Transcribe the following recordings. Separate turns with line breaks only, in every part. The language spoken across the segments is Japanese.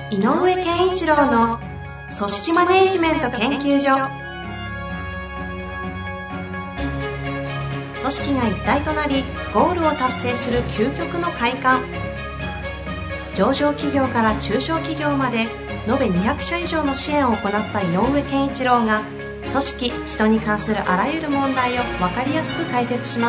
井上健一郎の組織マネジメント研究所。組織が一体となりゴールを達成する究極の快感。上場企業から中小企業まで延べ200社以上の支援を行った井上健一郎が、組織・人に関するあらゆる問題を分かりやすく解説します。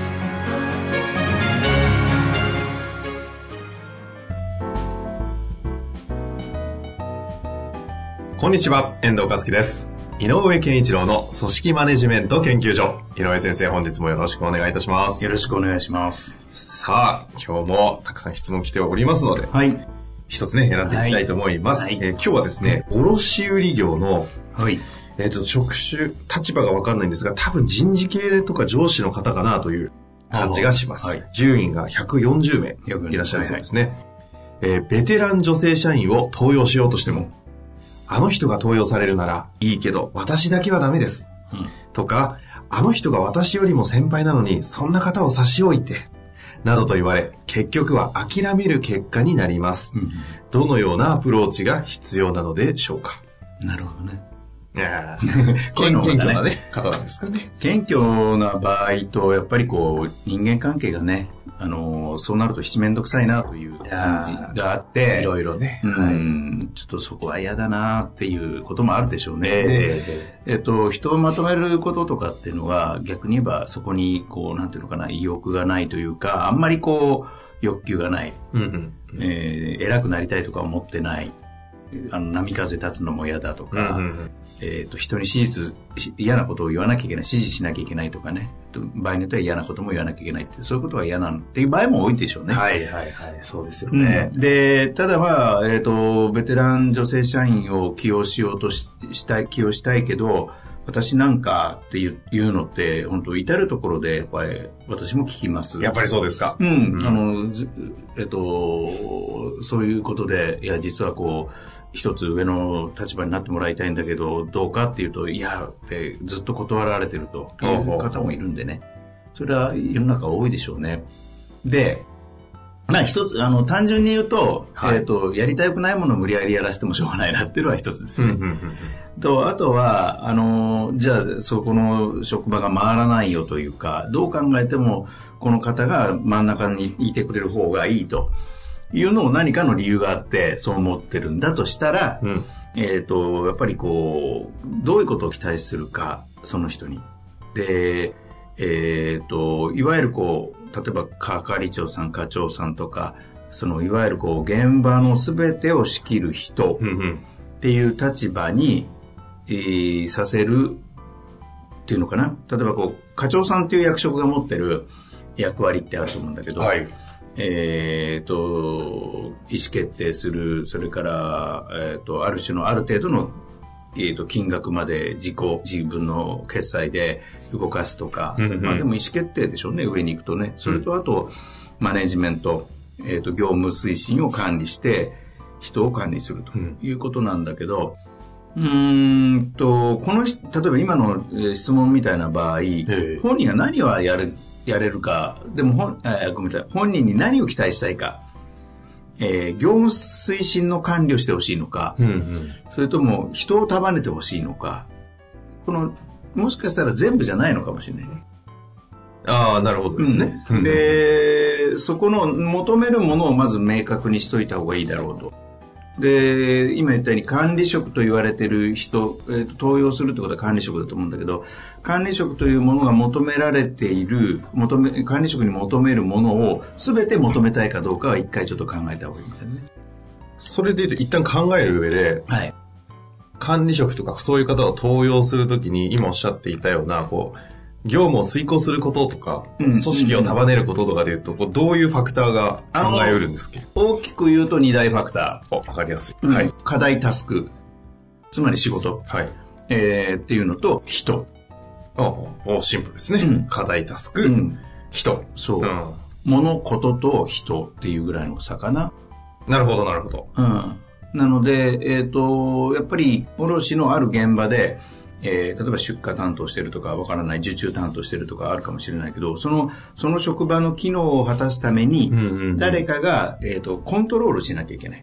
こんにちは、遠藤和樹です。井上健一郎の組織マネジメント研究所。井上先生、本日もよろしくお願いいたします。
よろしくお願いします。
さあ、今日もたくさん質問来ておりますので、
はい、
一つね、選んでいきたいと思います。今日はですね、卸売業の、
はい、
職種、立場がわかんないんですが、多分人事系とか上司の方かなという感じがします。はい、従員が140名いらっしゃるそうですね。ベテラン女性社員を登用しようとしても、あの人が登用されるならいいけど私だけはダメです、とか、あの人が私よりも先輩なのにそんな方を差し置いてなどと言われ、結局は諦める結果になります、どのようなアプローチが必要なのでしょうか。
なるほどね。
謙虚なね、方なんですかね。
謙虚な場合と、やっぱりこう人間関係がね、そうなるとめんどくさいなという感じがあって、
いろいろね、
ちょっとそこは嫌だなっていうこともあるでしょうね。人をまとめることとかっていうのは、逆に言えばそこにこうなんていうのかな、意欲がないというか、あんまりこう欲求がない、偉くなりたいとか思ってない。波風立つのも嫌だとか、人に嫌なことを言わなきゃいけない、指示しなきゃいけないとかね、場合によっては嫌なことも言わなきゃいけないって、そういうことは嫌なのっていう場合も多いでしょうね。
はいはいはい、そうですよね。
で、ただまあ、ベテラン女性社員を起用したいけど、私なんかっていうのって、本当至るところで、やっぱり私も聞きます。
やっぱりそうですか。
そういうことで、いや、実はこう、一つ上の立場になってもらいたいんだけど、どうかっていうと、いや、ってずっと断られてるという方もいるんでね。それは世の中多いでしょうね。で、まあ一つ、単純に言うと、やりたくないものを無理やりやらせてもしょうがないなっていうのは一つですね。あとは、じゃあそこの職場が回らないよというか、どう考えてもこの方が真ん中にいてくれる方がいいというのを何かの理由があってそう思ってるんだとしたら、やっぱりこう、どういうことを期待するか、その人に。で、いわゆるこう、例えば係長さん、課長さんとか、いわゆるこう、現場のすべてを仕切る人っていう立場に、させるっていうのかな。例えばこう、課長さんっていう役職が持ってる役割ってあると思うんだけど、意思決定する、それから、ある種のある程度の金額まで自分の決済で動かすとか、まあでも意思決定でしょうね、上に行くとね。それとあと、マネジメント、業務推進を管理して、人を管理するということなんだけど、例えば今の質問みたいな場合、本人が何をやれるか、でもごめんなさい、本人に何を期待したいか、業務推進の管理をしてほしいのか、それとも人を束ねてほしいのか、もしかしたら全部じゃないのかもしれないね。
ああ、なるほどですね。
で、そこの求めるものをまず明確にしといた方がいいだろうと。で、今言ったように管理職と言われてる人、登用するってことは管理職だと思うんだけど、管理職というものが求められている、管理職に求めるものを全て求めたいかどうかは一回ちょっと考えた方がいいんだよね。
それで言うと一旦考える上で、管理職とかそういう方を登用するときに今おっしゃっていたような、こう、業務を遂行することとか、組織を束ねることとかでいうと、どういうファクターが考えうるんですっけ？
大きく言うと2大ファクター。
わかりやすい。
課題タスク。つまり仕事。っていうのと、人。
シンプルですね。課題タスク、人。
そう。物、ことと人っていうぐらいの差かな。
なるほど、なるほど。
なので、やっぱり、卸のある現場で、例えば出荷担当してるとかわからない、受注担当してるとかあるかもしれないけど、その職場の機能を果たすために誰かが、コントロールしなきゃいけない。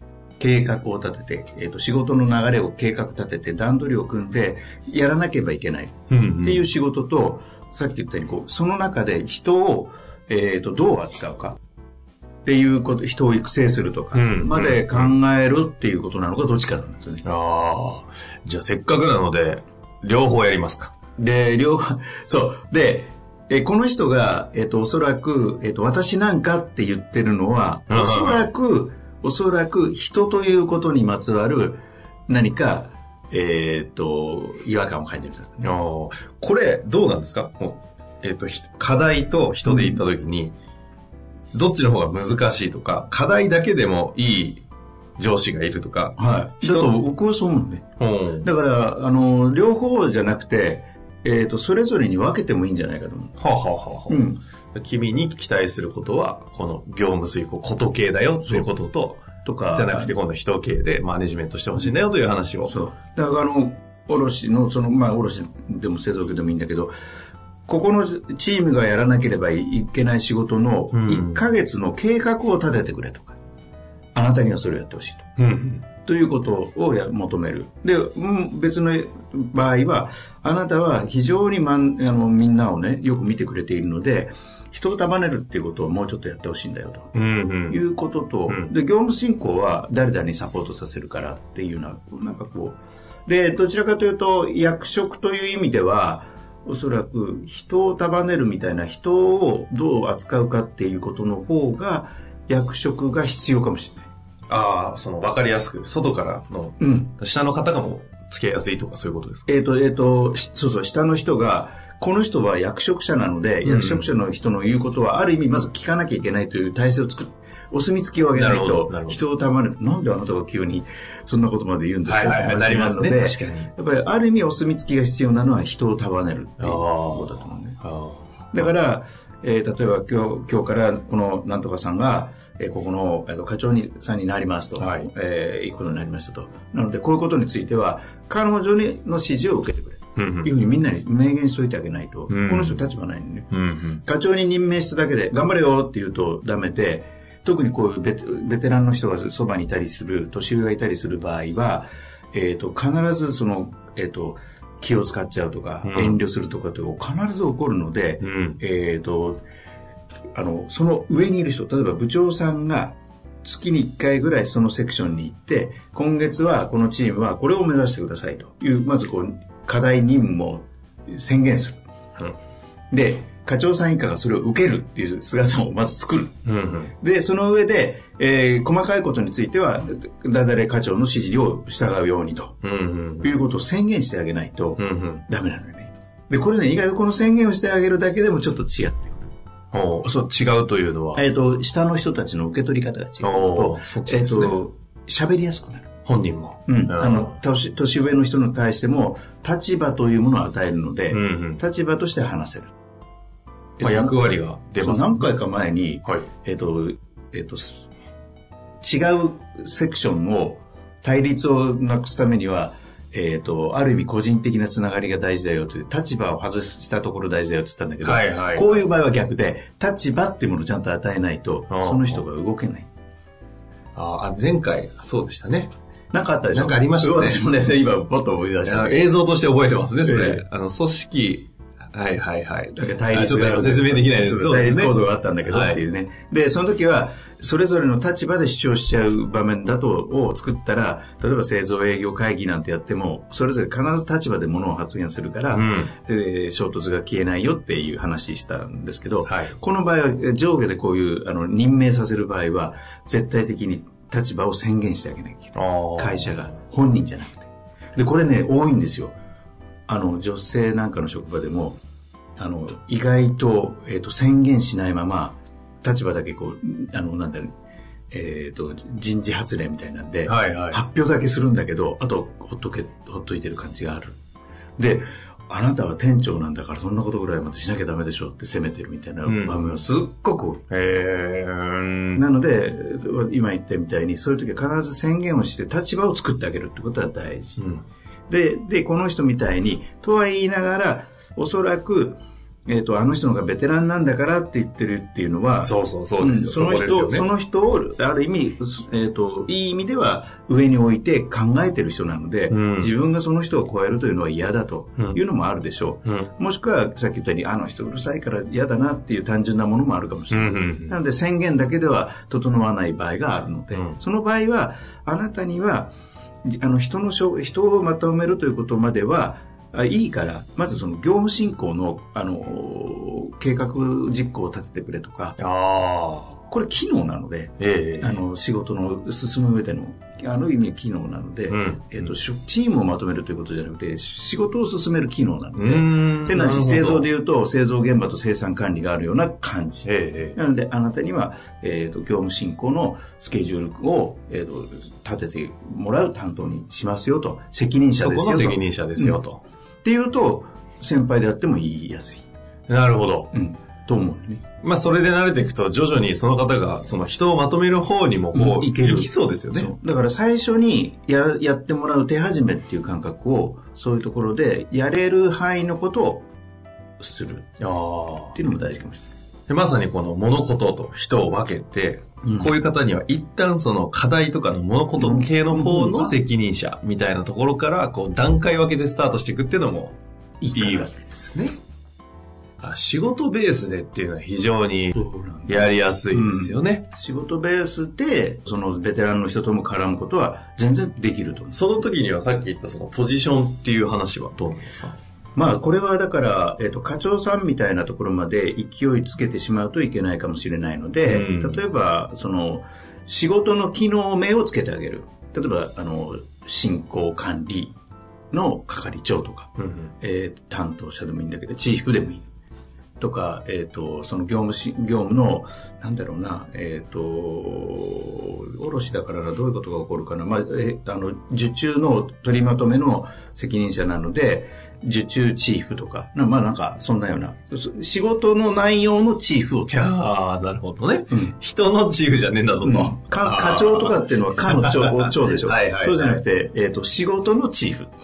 計画を立てて、仕事の流れを計画立てて段取りを組んでやらなければいけないっていう仕事と、さっき言ったようにその中で人を、どう扱うかっていうこと、人を育成するとかまで考えるっていうことなのかどっちかなんですよね。
じゃあせっかくなので両方やりますか。
で、そうで、この人が、おそらく、私なんかって言ってるのは、おそらく人ということにまつわる何か、違和感を感じるんですね。
これ、どうなんですか？課題と人で言ったときに、どっちの方が難しいとか、課題だけでもいい上司がいるとか。
はい。だと僕はそう思うね。だから、両方じゃなくて、それぞれに分けてもいいんじゃないかと思う。
君に期待することは、この業務遂行、こと系だよっていうこととか、じゃなくて今度人系でマネジメントしてほしいんだよという話を。
そう。だから卸の、卸でも製造業でもいいんだけど、ここのチームがやらなければいけない仕事の1ヶ月の計画を立ててくれとか、あなたにはそれをやってほしいと。ということを求める。で、別の場合は、あなたは非常にみんなをね、よく見てくれているので、人を束ねるっていうことをもうちょっとやってほしいんだよと。いうことと、で、業務進行は誰々にサポートさせるからっていうなんかで、どちらかというと、役職という意味では、おそらく人を束ねるみたいな人をどう扱うかっていうことの方が、役職が必要かもしれない。
分かりやすく、外からの、下の方がもつけやすいとかそういうことですか？
そう、下の人が、この人は役職者なので、役職者の人の言うことは、ある意味まず聞かなきゃいけないという体制を作って、お墨付きをあげないと、人を束ねる。なんであなたが急にそんなことまで言うんですか？
なりますね。確かに。
やっぱりある意味お墨付きが必要なのは人を束ねるっていうことだと思うね。だから、例えば今日からこのなんとかさんが、ここの課長さんになりますと、いうことになりましたと。なのでこういうことについては彼女の指示を受けてくれというふうにみんなに明言しといてあげないと、この人立場ないのね、課長に任命しただけで頑張れよって言うとダメで、特にこういうベテランの人がそばにいたりする、年上がいたりする場合は、必ずその、気を使っちゃうとか、遠慮するとかって必ず起こるので、その上にいる人、例えば部長さんが月に1回ぐらいそのセクションに行って、今月はこのチームはこれを目指してくださいという、まず課題任務を宣言する。で、課長さん以下がそれを受けるっていう姿をまず作る。で、その上で、細かいことについては、誰々課長の指示を従うようにと、いうことを宣言してあげないと、ダメなのよね。で、これね、意外とこの宣言をしてあげるだけでもちょっと違ってくる。
違うというのは
下の人たちの受け取り方が違うと、喋りやすくなる。
本人も。
年上の人に対しても、立場というものを与えるので、立場として話せる。
役割が出ます。
何回か前に、違うセクションを、対立をなくすためには、ある意味個人的なつながりが大事だよという、立場を外したところ大事だよと言ったんだけど、こういう場合は逆で、立場っていうものをちゃんと与えないと、その人が動けない。
前回、そうでしたね。
なんかあったでしょ？
なんかありましたね。
私もね、今、ポッと思い出した。
映像として覚えてますね、それ。組織、だから
対立
ちょっと説明できないです。
対立構造があったんだけどっていうね。で、その時は、それぞれの立場で主張しちゃう場面を作ったら、例えば製造営業会議なんてやっても、それぞれ必ず立場でものを発言するから、衝突が消えないよっていう話したんですけど、この場合は上下でこういう任命させる場合は、絶対的に立場を宣言してあげなきゃいけない。会社が、本人じゃなくて。で、これね、多いんですよ。女性なんかの職場でも、意外と、宣言しないまま、立場だけ人事発令みたいなんで、発表だけするんだけど、あと、ほっといてる感じがある。で、あなたは店長なんだからそんなことぐらいまでしなきゃダメでしょって責めてるみたいな場面はすっごく、なので今言ったみたいにそういう時は必ず宣言をして立場を作ってあげるってことは大事、でこの人みたいにとは言いながらおそらくあの人の方がベテランなんだからって言ってるっていうのは、
そうですよ。
その人を、ある意味、いい意味では上に置いて考えてる人なので、自分がその人を超えるというのは嫌だというのもあるでしょう。もしくは、さっき言ったように、あの人うるさいから嫌だなっていう単純なものもあるかもしれない。なので、宣言だけでは整わない場合があるので、その場合は、あなたには、人をまとめるということまではいいから、まずその業務進行の、計画実行を立ててくれとか、これ機能なので、仕事の進む上での、ある意味機能なので、チームをまとめるということじゃなくて、仕事を進める機能なので、変な話、製造でいうと、製造現場と生産管理があるような感じ。なので、あなたには、業務進行のスケジュールを、立ててもらう担当にしますよと、責任者ですよと。
そこの責任者ですよと。
っていうと、先輩であっても言いやすい。
なるほど。
と思うね。
それで慣れていくと、徐々にその方が、その人をまとめる方にも、いきそうですよね。
だから最初にやってもらう手始めっていう感覚を、そういうところで、やれる範囲のことをする。っていうのも大事かもしれない。
でまさにこの物事と人を分けて、こういう方には一旦その課題とかの物事系の方の責任者みたいなところから、段階分けでスタートしていくっていうのもいいわけですね。仕事ベースでっていうのは非常にやりやすいですよね。
仕事ベースで、そのベテランの人とも絡むことは全然できると。
その時にはさっき言ったそのポジションっていう話はどうなんですか？
これはだから、課長さんみたいなところまで勢いつけてしまうといけないかもしれないので、例えば、その、仕事の機能名をつけてあげる。例えば、進行管理の係長とか、担当者でもいいんだけど、チーフでもいい。とか、その業務の、なんだろうな、卸だからどういうことが起こるかな。受注の取りまとめの責任者なので、受注チーフとか、なんか、そんなような、仕事の内容のチーフを使う。
なるほどね。人のチーフじゃねえんだぞと。
課長とかっていうのは課の長でしょ。そうじゃなくて、仕事のチーフ。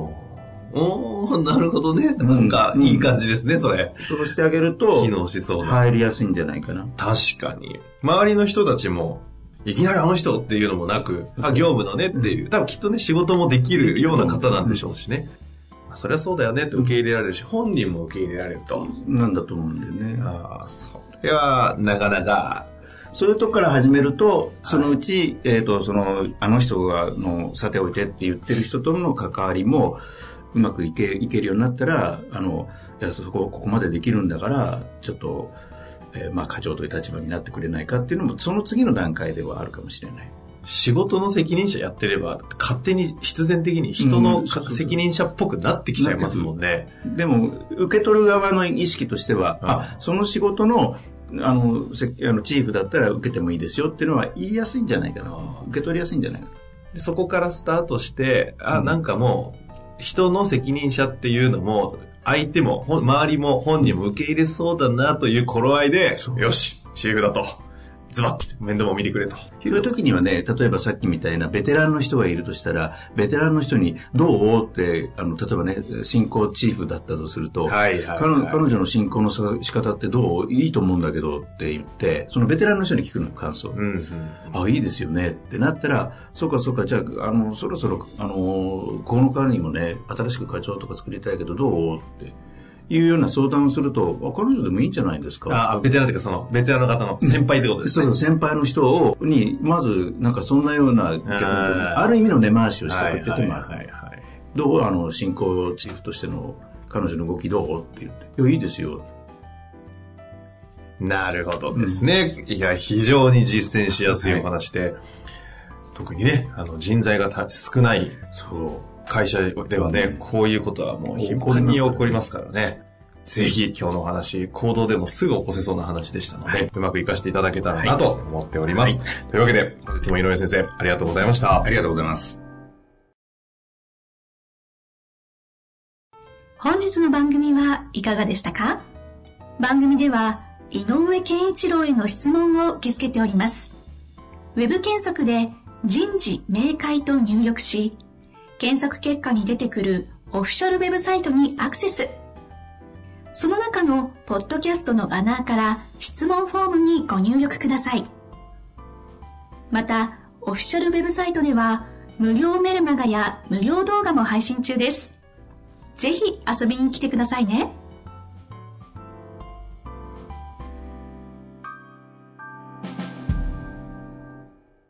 なるほどね。なんか、いい感じですね、それ。
そうしてあげると、
機能しそうだ。
入りやすいんじゃないかな。
確かに。周りの人たちも、いきなりあの人っていうのもなく、業務のねっていう、多分きっとね、仕事もできるような方なんでしょうしね。それはそうだよねって受け入れられるし、本人も受け入れられると。
なんだと思うんだよね。
それは、なかなか。
そういうとこから始めると、そのうち、あの人が、さておいてって言ってる人との関わりも、うまくいけるようになったら、ここまでできるんだから、ちょっと、課長という立場になってくれないかっていうのも、その次の段階ではあるかもしれない。
仕事の責任者やってれば、勝手に必然的に人の責任者っぽくなってきちゃいますもんね。
でも、受け取る側の意識としては、その仕事の、チーフだったら受けてもいいですよっていうのは言いやすいんじゃないかな。受け取りやすいんじゃないかな。
でそこからスタートして、なんかもう、人の責任者っていうのも、相手も、周りも本人も受け入れそうだなという頃合いで、よし、チーフだと。ズバッと面倒も見てくれと。
いう時にはね、例えばさっきみたいなベテランの人がいるとしたら、ベテランの人にどうって、例えばね、進行チーフだったとすると、彼女の進行の仕方ってどういいと思うんだけどって言って、そのベテランの人に聞くの感想。いいですよねってなったら、そうか、じゃあ、そろそろ、この間にもね、新しく課長とか作りたいけどどうって。いうような相談をすると、彼女でもいいんじゃないですか。
ベテランというか、その、ベテランの方の先輩ってことですね。
そう、先輩の人に、まず、なんかそんなような、ある意味の根回しをしておくって手もある。どう進行チーフとしての彼女の動きどうって言って。いや、いいですよ。
なるほどですね。いや、非常に実践しやすいお話で、特にね、人材が少ない。会社ではね、こういうことはもう頻繁に起こりますからね。ぜひ今日のお話、行動でもすぐ起こせそうな話でしたので、うまく活かしていただけたらなと思っております。というわけで、いつも井上先生、ありがとうございました。
ありがとうございます。
本日の番組はいかがでしたか？番組では、井上健一郎への質問を受け付けております。ウェブ検索で、人事明快と入力し、検索結果に出てくるオフィシャルウェブサイトにアクセス。 その中のポッドキャストのバナーから質問フォームにご入力ください。また、オフィシャルウェブサイトでは無料メルマガや無料動画も配信中です。ぜひ遊びに来てくださいね。